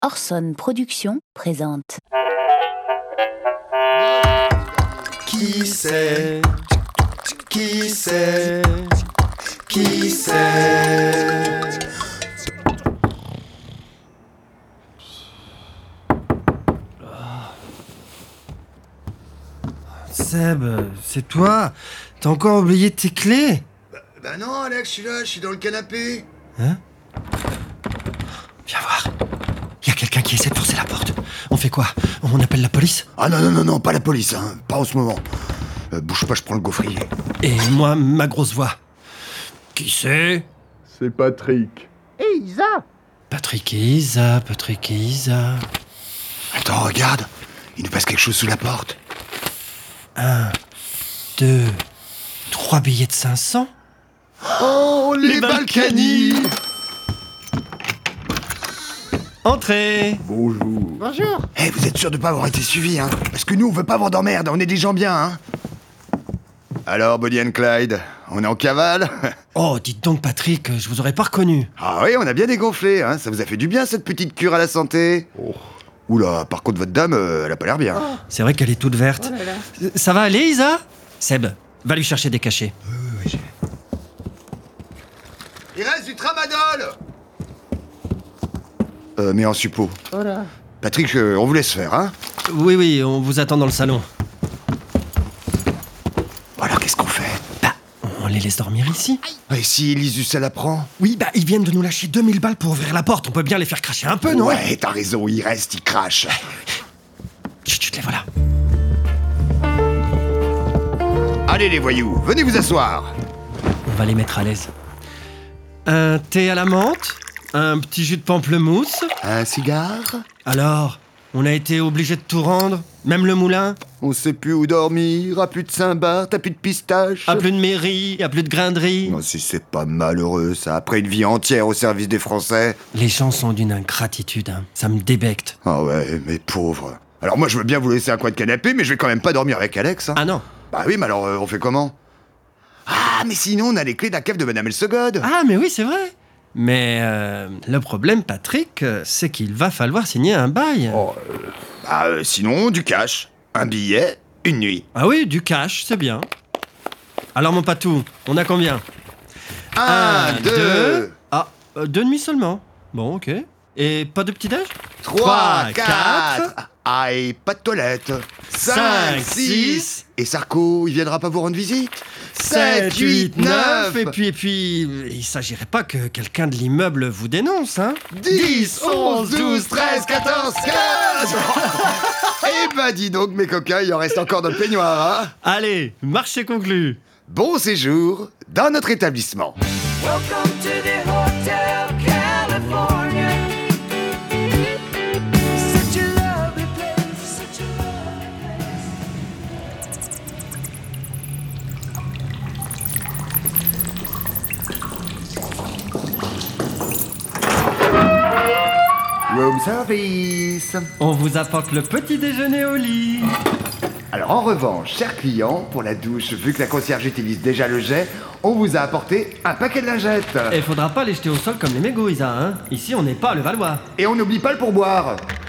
Orson Productions présente. Qui c'est? Qui c'est? Qui c'est? Seb, c'est toi? T'as encore oublié tes clés? Bah non, Alex, je suis dans le canapé. Hein? Viens voir. Il y a quelqu'un qui essaie de forcer la porte. On fait quoi? On appelle la police? Ah non, pas la police, hein. Pas en ce moment. Bouge pas, je prends le gaufrier. Et moi, ma grosse voix. Qui c'est? C'est Patrick. Patrick et Isa, Patrick et Isa. Attends, regarde. Il nous passe quelque chose sous la porte. 1, 2, 3 billets de 500. Oh, les Balkany! Entrez! Bonjour. Eh, vous êtes sûr de pas avoir été suivis, hein? Parce que nous, on veut pas avoir d'emmerde, on est des gens bien, hein? Alors, Bonnie and Clyde, on est en cavale? Oh, dites donc, Patrick, je vous aurais pas reconnu. Ah oui, on a bien dégonflé, hein? Ça vous a fait du bien, cette petite cure à la santé? Oh. Oula, par contre, votre dame, elle a pas l'air bien. C'est vrai qu'elle est toute verte. Ça va aller, Isa? Seb, va lui chercher des cachets. Oui, Il reste du tramadol! Mais en suppos. Patrick, on vous laisse faire, hein? Oui, on vous attend dans le salon. Bon, alors, qu'est-ce qu'on fait? Bah, on les laisse dormir ici. Et si Elisus, elle apprend? Oui, bah, ils viennent de nous lâcher 2000 balles pour ouvrir la porte. On peut bien les faire cracher un peu, non? Ouais, t'as raison, il reste, il crache. Chut, les voilà. Allez, les voyous, venez vous asseoir. On va les mettre à l'aise. Un thé à la menthe, un petit jus de pamplemousse. Un cigare? Alors, on a été obligé de tout rendre, même le moulin. On sait plus où dormir, a plus de Saint-Bar, t'as plus de pistache. A plus de mairie, a plus de grinderie. Non, si c'est pas malheureux, ça, après une vie entière au service des Français. Les gens sont d'une ingratitude, hein. Ça me débecte. Ah ouais, mais pauvre. Alors moi, je veux bien vous laisser un coin de canapé, mais je vais quand même pas dormir avec Alex, hein. Ah non. Bah oui, mais alors, on fait comment? Ah, mais sinon, on a les clés de la cave de Madame Elsegod. Ah, mais oui, c'est vrai. Mais le problème, Patrick, c'est qu'il va falloir signer un bail. Oh, Sinon, du cash. Un billet, une nuit. Ah oui, du cash, c'est bien. Alors, mon patou, on a combien? 1, 2, Ah, 2 nuits seulement. Bon, ok. Et pas de petit-déj? 3, 4. Ah, et pas de toilette. 5, 6. 6. Et Sarko, il viendra pas vous rendre visite? 7, 8, 9. Et puis, il s'agirait pas que quelqu'un de l'immeuble vous dénonce, hein? 10, 11, 12, 13, 14, 15. Eh ben dis donc, mes coquins, il en reste encore dans le peignoir, hein? Allez, marché conclu. Bon séjour dans notre établissement. Welcome to the Hotel California. Such a lovely place, such a lovely place. Room service. On vous apporte le petit déjeuner au lit. Alors en revanche, chers clients, pour la douche, vu que la concierge utilise déjà le jet, on vous a apporté un paquet de lingettes. Et faudra pas les jeter au sol comme les mégots, Isa, hein? Ici, on n'est pas à Levallois. Et on n'oublie pas le pourboire.